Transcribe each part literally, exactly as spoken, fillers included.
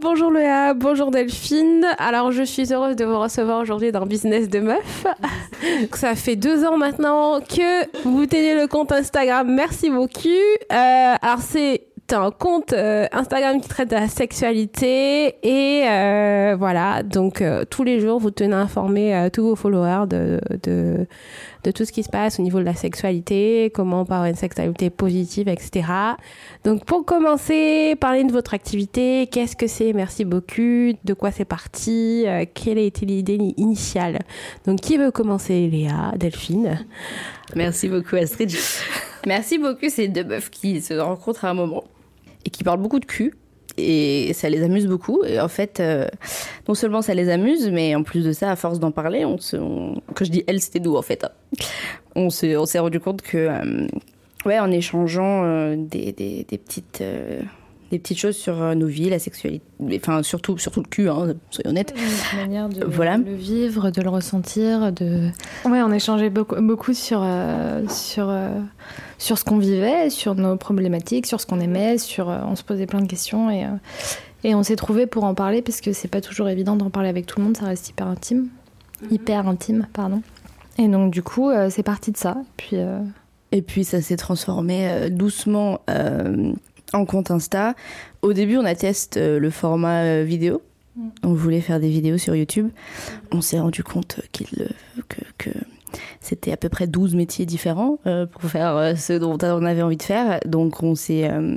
bonjour Léa, bonjour Delphine. Alors je suis heureuse de vous recevoir aujourd'hui dans Business de Meuf. Ça fait deux ans maintenant que vous tenez le compte Instagram. Merci beaucoup. Euh, alors c'est un compte euh, Instagram qui traite de la sexualité et euh, voilà, donc euh, tous les jours vous tenez informé euh, tous vos followers de, de, de tout ce qui se passe au niveau de la sexualité, comment avoir une sexualité positive, et cetera. Donc pour commencer, parlez de votre activité, qu'est-ce que c'est Merci beaucoup, de quoi c'est parti, euh, quelle a été l'idée initiale. Donc qui veut commencer Léa, Delphine? Merci beaucoup Astrid. Merci beaucoup, c'est deux meufs qui se rencontrent à un moment et qui parlent beaucoup de cul et ça les amuse beaucoup et en fait euh, non seulement ça les amuse mais en plus de ça à force d'en parler on se on... quand je dis elle c'était nous en fait on se on s'est rendu compte que euh, ouais en échangeant euh, des, des des petites euh, des petites choses sur euh, nos vies, la sexualité, enfin surtout surtout le cul, hein, soyons honnêtes. Une manière de voilà. le vivre, de le ressentir, de. Ouais, on échangeait beaucoup beaucoup sur euh, sur euh, sur ce qu'on vivait, sur nos problématiques, sur ce qu'on aimait, sur euh, on se posait plein de questions et euh, et on s'est trouvés pour en parler parce que c'est pas toujours évident d'en parler avec tout le monde, ça reste hyper intime, mm-hmm. hyper intime, pardon. Et donc du coup, euh, c'est parti de ça. Et puis euh... et puis ça s'est transformé euh, doucement. Euh... en compte Insta. Au début, on a testé le format euh, vidéo. Mm. On voulait faire des vidéos sur YouTube. On s'est rendu compte qu'il, que, que c'était à peu près douze métiers différents euh, pour faire euh, ce dont on avait envie de faire. Donc, on s'est... Euh,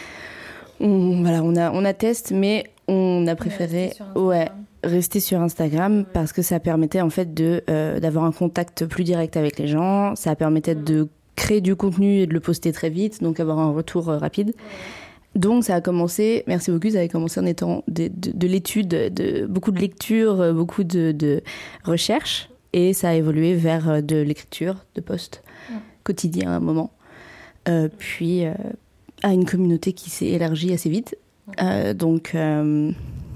on, voilà, on a, on a testé, mais on a préféré rester ouais, rester sur Instagram ouais. parce que ça permettait en fait de, euh, d'avoir un contact plus direct avec les gens. Ça permettait de créer du contenu et de le poster très vite, donc avoir un retour euh, rapide. Donc ça a commencé, merci beaucoup, ça a commencé en étant de, de, de l'étude, de, beaucoup de lecture, beaucoup de, de recherche, et ça a évolué vers de l'écriture, de posts ouais. quotidiens à un moment, euh, puis euh, à une communauté qui s'est élargie assez vite. Euh, donc euh,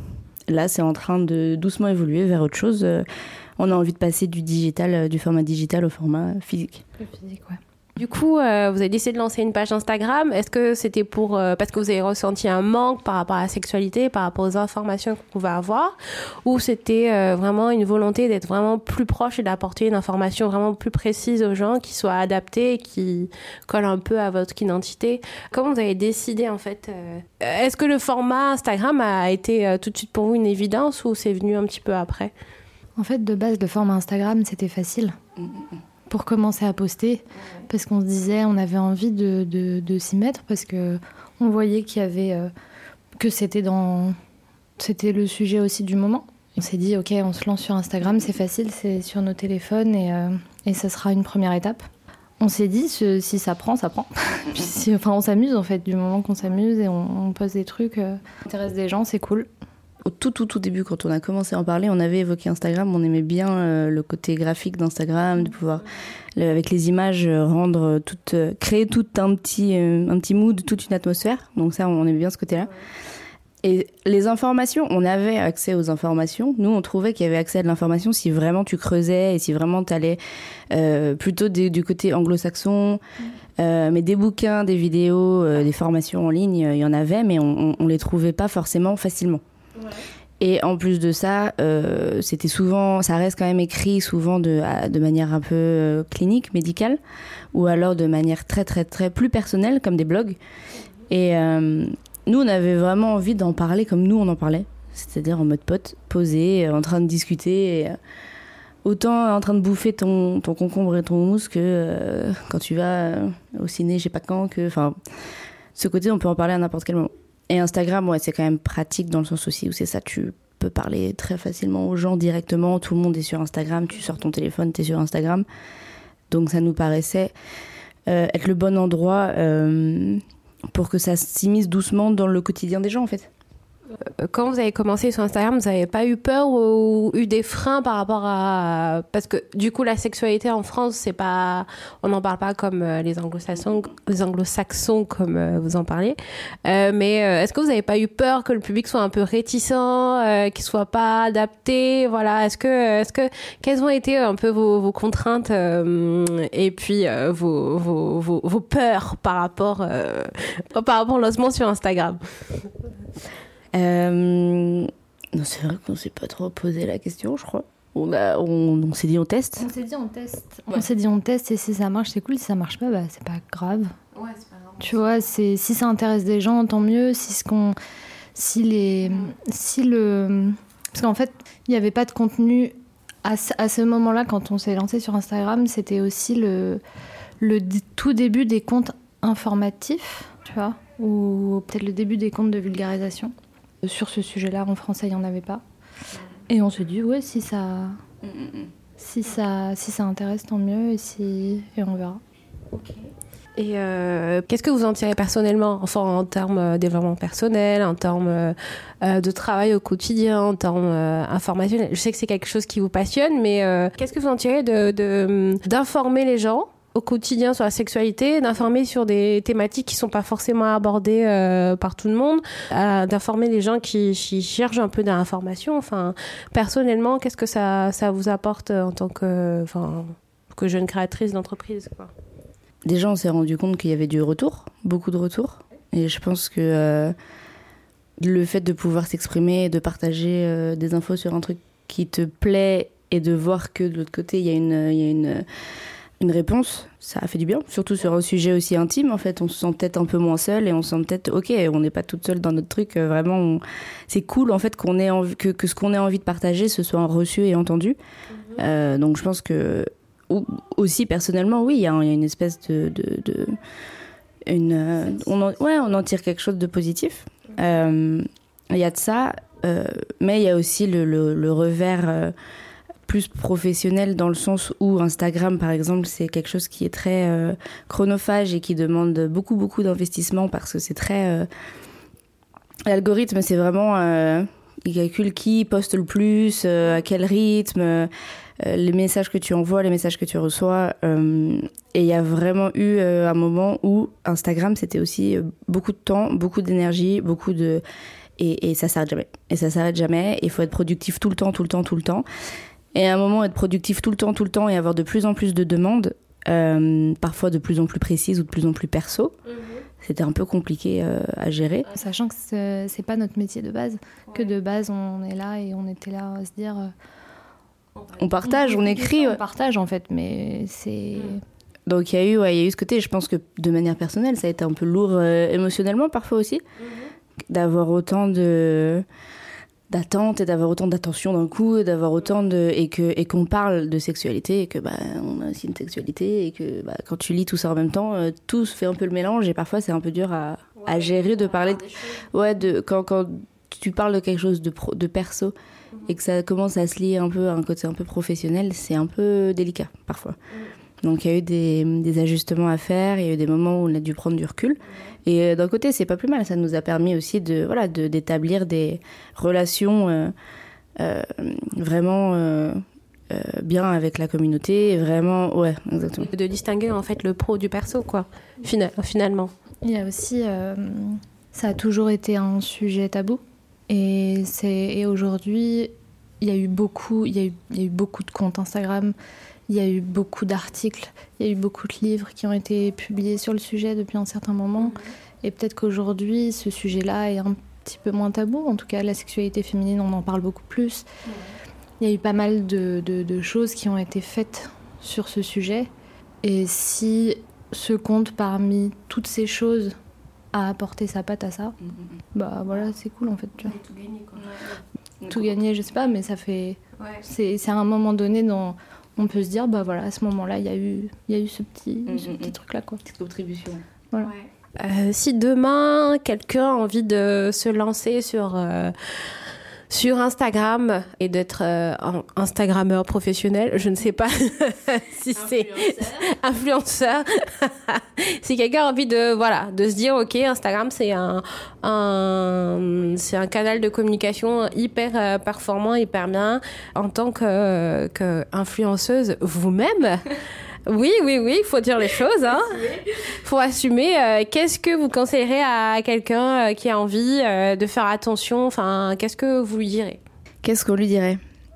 là, c'est en train de doucement évoluer vers autre chose. Euh, on a envie de passer du digital, du format digital au format physique. Le physique, ouais. Du coup, euh, vous avez décidé de lancer une page Instagram. Est-ce que c'était pour euh, parce que vous avez ressenti un manque par rapport à la sexualité, par rapport aux informations que vous pouvez avoir, ou c'était euh, vraiment une volonté d'être vraiment plus proche et d'apporter une information vraiment plus précise aux gens, qui soit adaptée et qui colle un peu à votre identité? Comment vous avez décidé en fait euh... Est-ce que le format Instagram a été euh, tout de suite pour vous une évidence ou c'est venu un petit peu après? En fait, de base, le format Instagram, c'était facile. Mmh. Pour commencer à poster, parce qu'on se disait, on avait envie de, de, de s'y mettre, parce que on voyait qu'il y avait, euh, que c'était dans, c'était le sujet aussi du moment. On s'est dit, ok, on se lance sur Instagram, c'est facile, c'est sur nos téléphones, et, euh, et ça sera une première étape. On s'est dit, ce, si ça prend, ça prend. Puis si, enfin, on s'amuse en fait, du moment qu'on s'amuse et on, on poste des trucs, euh, ça intéresse des gens, c'est cool. Au tout, tout, tout début, quand on a commencé à en parler, on avait évoqué Instagram. On aimait bien euh, le côté graphique d'Instagram, de pouvoir, le, avec les images, rendre toute, euh, créer tout un petit, euh, un petit mood, toute une atmosphère. Donc ça, on aimait bien ce côté-là. Et les informations, on avait accès aux informations. Nous, on trouvait qu'il y avait accès à de l'information si vraiment tu creusais et si vraiment tu allais euh, plutôt des, du côté anglo-saxon. Euh, mais des bouquins, des vidéos, euh, des formations en ligne, il euh, y en avait, mais on ne les trouvait pas forcément facilement. Ouais. Et en plus de ça, euh, c'était souvent, ça reste quand même écrit souvent de, de manière un peu euh, clinique, médicale, ou alors de manière très très très plus personnelle, comme des blogs. Et euh, nous, on avait vraiment envie d'en parler comme nous on en parlait, c'est-à-dire en mode pote, posé, en train de discuter, et, euh, autant en train de bouffer ton, ton concombre et ton houmous que euh, quand tu vas au ciné, je sais pas quand, que, enfin, ce côté, on peut en parler à n'importe quel moment. Et Instagram, ouais, c'est quand même pratique dans le sens aussi où c'est ça, tu peux parler très facilement aux gens directement, tout le monde est sur Instagram, tu sors ton téléphone, t'es sur Instagram. Donc ça nous paraissait euh, être le bon endroit euh, pour que ça s'immisce doucement dans le quotidien des gens en fait. Quand vous avez commencé sur Instagram, vous n'avez pas eu peur ou eu des freins par rapport à... Parce que du coup, la sexualité en France, c'est pas... on n'en parle pas comme les anglo-saxons, les anglo-saxons comme vous en parlez. Euh, mais est-ce que vous n'avez pas eu peur que le public soit un peu réticent, euh, qu'il ne soit pas adapté? Voilà. Est-ce que, est-ce que... Quelles ont été un peu vos, vos contraintes euh, et puis euh, vos, vos, vos, vos peurs par rapport, euh, par rapport au lancement sur Instagram? euh, Non, c'est vrai qu'on s'est pas trop posé la question, je crois. On, a, on, on s'est dit on teste. On s'est dit on teste. Ouais. On s'est dit on teste et si ça marche, c'est cool. Si ça marche pas, bah, c'est pas grave. Ouais, c'est pas grave. Tu vois, c'est, si ça intéresse des gens, tant mieux. Si, ce qu'on, si, les, si le... Parce qu'en fait, il n'y avait pas de contenu à ce, à ce moment-là, quand on s'est lancé sur Instagram. C'était aussi le, le d- tout début des comptes informatifs, tu vois, ou peut-être le début des comptes de vulgarisation. Sur ce sujet-là, en français, il n'y en avait pas. Et on se dit, ouais, si ça, mmh, mmh. si ça, si ça intéresse, tant mieux, et, si, et on verra. Okay. Et euh, qu'est-ce que vous en tirez personnellement, enfin en termes de développement personnel, en termes euh, de travail au quotidien, en termes euh, informationnels? Je sais que c'est quelque chose qui vous passionne, mais euh, qu'est-ce que vous en tirez de, de, d'informer les gens au quotidien sur la sexualité, d'informer sur des thématiques qui sont pas forcément abordées euh, par tout le monde, euh, d'informer les gens qui, qui cherchent un peu d'informations. Enfin, personnellement, qu'est-ce que ça, ça vous apporte en tant que, enfin, que jeune créatrice d'entreprise, quoi? Déjà, on s'est rendu compte qu'il y avait du retour, beaucoup de retours. Et je pense que euh, le fait de pouvoir s'exprimer, de partager euh, des infos sur un truc qui te plaît et de voir que de l'autre côté, il y a une... Il y a une Une réponse, ça a fait du bien, surtout sur un sujet aussi intime. En fait, on se sent peut-être un peu moins seul et on se sent peut-être, ok, on n'est pas toute seule dans notre truc. Euh, vraiment, on... c'est cool en fait qu'on ait envie, que, que ce qu'on ait envie de partager, ce soit reçu et entendu. Mm-hmm. Euh, donc, je pense que aussi personnellement, oui, il y, y a une espèce de, de, de une, euh, on en, ouais, on en tire quelque chose de positif. Il euh, y a de ça, euh, mais il y a aussi le, le, le revers. Euh, plus professionnel dans le sens où Instagram, par exemple, c'est quelque chose qui est très euh, chronophage et qui demande beaucoup, beaucoup d'investissement parce que c'est très... Euh... L'algorithme, c'est vraiment... Euh... Il calcule qui poste le plus, euh, à quel rythme, euh, les messages que tu envoies, les messages que tu reçois. Euh, et il y a vraiment eu euh, un moment où Instagram, c'était aussi beaucoup de temps, beaucoup d'énergie, beaucoup de... Et, et ça s'arrête jamais. Et ça s'arrête jamais. Il faut être productif tout le temps, tout le temps, tout le temps. Et à un moment, être productif tout le temps, tout le temps et avoir de plus en plus de demandes, euh, parfois de plus en plus précises ou de plus en plus perso, mmh. c'était un peu compliqué euh, à gérer. Sachant que c'est, c'est pas notre métier de base, ouais. que de base on est là et on était là à se dire... Euh, on partage, on, on écrit. On partage en fait, mais c'est... Mmh. Donc il y a eu, ouais, il y a eu ce côté, je pense que de manière personnelle, ça a été un peu lourd euh, émotionnellement parfois aussi, mmh. d'avoir autant de... d'attente et d'avoir autant d'attention d'un coup et d'avoir autant de et que et qu'on parle de sexualité et que bah on a aussi une sexualité et que bah quand tu lis tout ça en même temps euh, tout se fait un peu le mélange et parfois c'est un peu dur à ouais, à gérer de parler de, ouais de quand quand tu parles de quelque chose de pro, de perso mm-hmm. et que ça commence à se lier un peu à un côté un peu professionnel, c'est un peu délicat parfois. Mm. Donc il y a eu des, des ajustements à faire, il y a eu des moments où on a dû prendre du recul. Et euh, d'un côté, c'est pas plus mal, ça nous a permis aussi de, voilà, de, d'établir des relations euh, euh, vraiment euh, euh, bien avec la communauté. Vraiment, ouais, exactement. De distinguer en fait le pro du perso, quoi, Fina- finalement. Il y a aussi, euh, ça a toujours été un sujet tabou. Et, c'est, et aujourd'hui, il y a eu beaucoup, il y a eu, il y a eu beaucoup de comptes Instagram. Il y a eu beaucoup d'articles, il y a eu beaucoup de livres qui ont été publiés sur le sujet depuis un certain moment. Mmh. Et peut-être qu'aujourd'hui, ce sujet-là est un petit peu moins tabou. En tout cas, la sexualité féminine, on en parle beaucoup plus. Mmh. Il y a eu pas mal de, de, de choses qui ont été faites sur ce sujet. Et si ce compte, parmi toutes ces choses, a apporté sa patte à ça, mmh. bah voilà, c'est cool en fait. Tu vois. Tout gagné, quoi. Ouais. Tout gagné, je sais pas, mais ça fait... Ouais. C'est, c'est à un moment donné dans... On peut se dire, bah voilà, à ce moment-là, il y a eu, il y a eu ce petit, mmh, ce petit truc-là, quoi. Petite contribution. Voilà. Ouais. Euh, si demain, quelqu'un a envie de se lancer sur, euh, sur Instagram et d'être euh, Instagrammeur professionnel, je ne sais pas si c'est influenceur. Si quelqu'un a envie de, voilà, de se dire, ok, Instagram, c'est un, un, c'est un canal de communication hyper euh, performant, hyper bien. En tant que, que influenceuse vous-même, oui, oui, oui, il faut dire les choses. Hein. Faut assumer. Euh, qu'est-ce que vous conseillerez à quelqu'un euh, qui a envie euh, de faire attention? Enfin, qu'est-ce que vous lui direz? Qu'est-ce qu'on lui dirait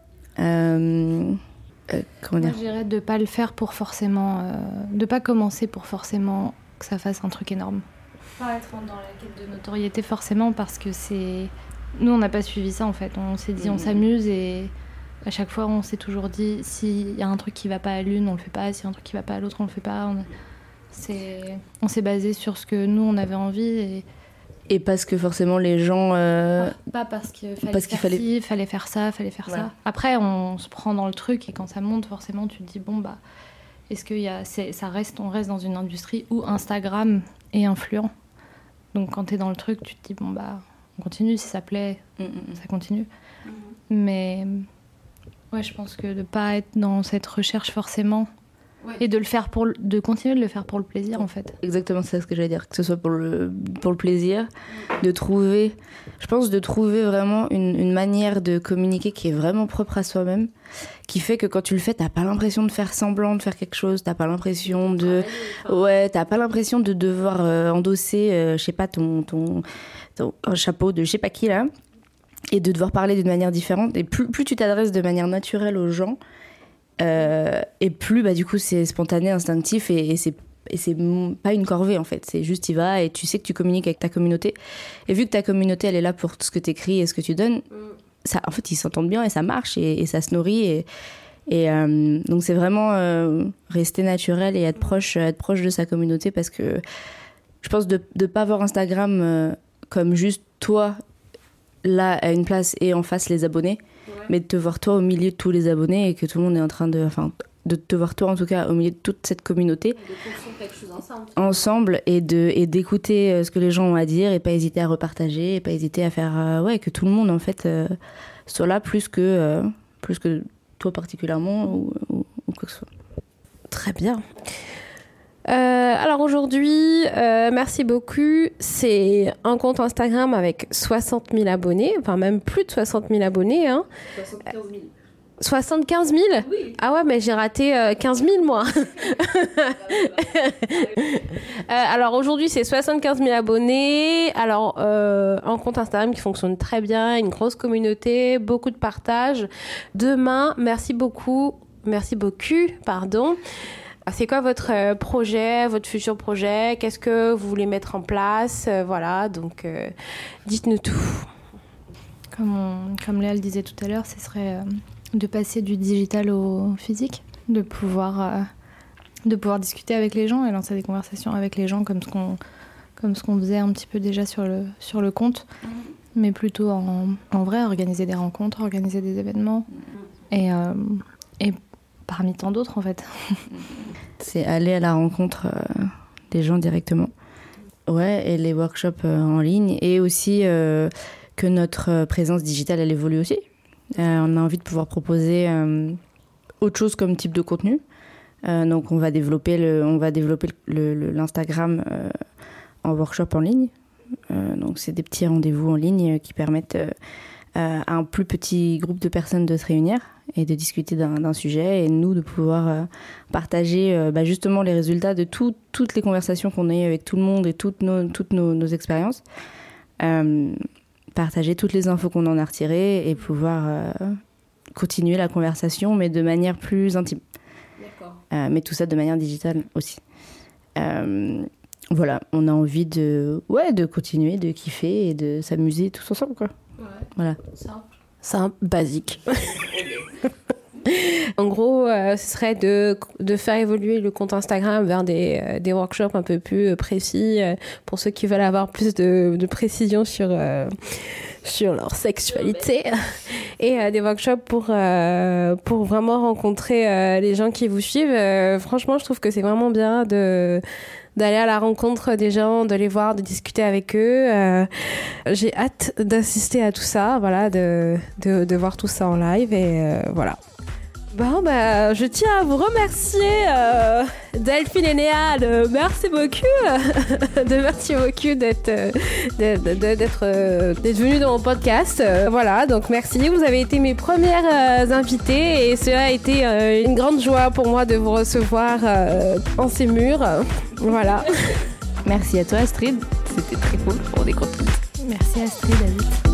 euh, euh, comment dire? Moi, je dirais de pas le faire pour forcément, euh, de pas commencer pour forcément que ça fasse un truc énorme. Pas être dans la quête de notoriété forcément parce que c'est nous, on n'a pas suivi ça, en fait. On s'est dit, Mmh. on s'amuse et à chaque fois, on s'est toujours dit, s'il y a un truc qui va pas à l'une, on le fait pas. S'il y a un truc qui va pas à l'autre, on le fait pas. On, c'est... on s'est basé sur ce que nous, on avait envie et... Et parce que forcément, les gens... Euh... Pas parce qu'il fallait parce qu'il faire fallait... ci, fallait faire ça, fallait faire voilà. ça. Après, on se prend dans le truc et quand ça monte, forcément, tu te dis, bon, bah, est-ce qu'il y a... C'est... Ça reste... On reste dans une industrie où Instagram est influent. Donc, quand t'es dans le truc, tu te dis, bon, bah, on continue. Si ça plaît, mmh. ça continue. Mmh. Mais, ouais, je pense que de pas être dans cette recherche forcément... Ouais. Et de le faire pour le, de continuer de le faire pour le plaisir en fait. Exactement, c'est ce que j'allais dire, que ce soit pour le pour le plaisir, de trouver, je pense de trouver vraiment une, une manière de communiquer qui est vraiment propre à soi-même, qui fait que quand tu le fais, t'as pas l'impression de faire semblant de faire quelque chose, t'as pas l'impression de, ouais, t'as pas l'impression de devoir euh, endosser, euh, je sais pas, ton ton ton un chapeau de je sais pas qui là, et de devoir parler d'une manière différente. Et plus plus tu t'adresses de manière naturelle aux gens. Euh, et plus bah du coup c'est spontané, instinctif et, et c'est et c'est pas une corvée en fait, c'est juste y vas et tu sais que tu communiques avec ta communauté et vu que ta communauté elle est là pour tout ce que t'écris et ce que tu donnes, mm. ça en fait ils s'entendent bien et ça marche et, et ça se nourrit et, et euh, donc c'est vraiment euh, rester naturel et être proche être proche de sa communauté parce que je pense de de pas voir Instagram euh, comme juste toi là à une place et en face les abonnés. Ouais. Mais de te voir toi au milieu de tous les abonnés et que tout le monde est en train de... Enfin, de te voir toi en tout cas au milieu de toute cette communauté. Et de construire quelque chose ensemble. Ensemble et, de, et d'écouter ce que les gens ont à dire et pas hésiter à repartager et pas hésiter à faire... Euh, ouais, que tout le monde en fait euh, soit là plus que, euh, plus que toi particulièrement ou, ou, ou quoi que ce soit. Très bien. Euh, alors aujourd'hui, euh, merci beaucoup. C'est un compte Instagram avec soixante mille abonnés, enfin même plus de soixante mille abonnés. Hein. soixante-quinze mille. soixante-quinze mille ? Oui. Ah ouais, mais j'ai raté euh, quinze mille moi. euh, alors aujourd'hui, c'est soixante-quinze mille abonnés. Alors, euh, un compte Instagram qui fonctionne très bien, une grosse communauté, beaucoup de partage. Demain, merci beaucoup, merci beaucoup, pardon. C'est quoi votre projet, votre futur projet ? Qu'est-ce que vous voulez mettre en place ? euh, Voilà, donc euh, dites-nous tout. Comme, on, comme Léa le disait tout à l'heure, ce serait euh, de passer du digital au physique, de pouvoir, euh, de pouvoir discuter avec les gens et lancer des conversations avec les gens comme ce qu'on, comme ce qu'on faisait un petit peu déjà sur le, sur le compte, mmh. mais plutôt en, en vrai, organiser des rencontres, organiser des événements mmh. et, euh, et parmi tant d'autres en fait. C'est aller à la rencontre euh, des gens directement. Ouais, et les workshops euh, en ligne et aussi euh, que notre présence digitale elle évolue aussi. Euh, on a envie de pouvoir proposer euh, autre chose comme type de contenu. Euh, donc on va développer le, on va développer le, le, l'Instagram euh, en workshop en ligne. Euh, donc c'est des petits rendez-vous en ligne qui permettent euh, à un plus petit groupe de personnes de se réunir et de discuter d'un, d'un sujet et nous de pouvoir euh, partager euh, bah, justement les résultats de tout, toutes les conversations qu'on a eues avec tout le monde et toutes nos, toutes nos, nos expériences. Euh, partager toutes les infos qu'on en a retirées et pouvoir euh, continuer la conversation mais de manière plus intime. D'accord. Euh, mais tout ça de manière digitale aussi. Euh, voilà, on a envie de, ouais, de continuer, de kiffer et de s'amuser tous ensemble, quoi. Ouais. Voilà. Simple. Simple, basique. En gros, euh, ce serait de, de faire évoluer le compte Instagram vers des, euh, des workshops un peu plus précis euh, pour ceux qui veulent avoir plus de, de précision sur, euh, sur leur sexualité et euh, des workshops pour, euh, pour vraiment rencontrer euh, les gens qui vous suivent. Euh, franchement, je trouve que c'est vraiment bien de... d'aller à la rencontre des gens, de les voir, de discuter avec eux. Euh, j'ai hâte d'assister à tout ça, voilà, de, de, de voir tout ça en live et euh, voilà. Bon, bah, je tiens à vous remercier, euh, Delphine et Léa, de merci beaucoup, de merci beaucoup d'être, d'être, d'être, d'être venus dans mon podcast. Euh, voilà, donc merci. Vous avez été mes premières euh, invitées et cela a été euh, une grande joie pour moi de vous recevoir euh, en ces murs. Voilà. Merci à toi, Astrid. C'était très cool. On est contents. Merci Astrid, David.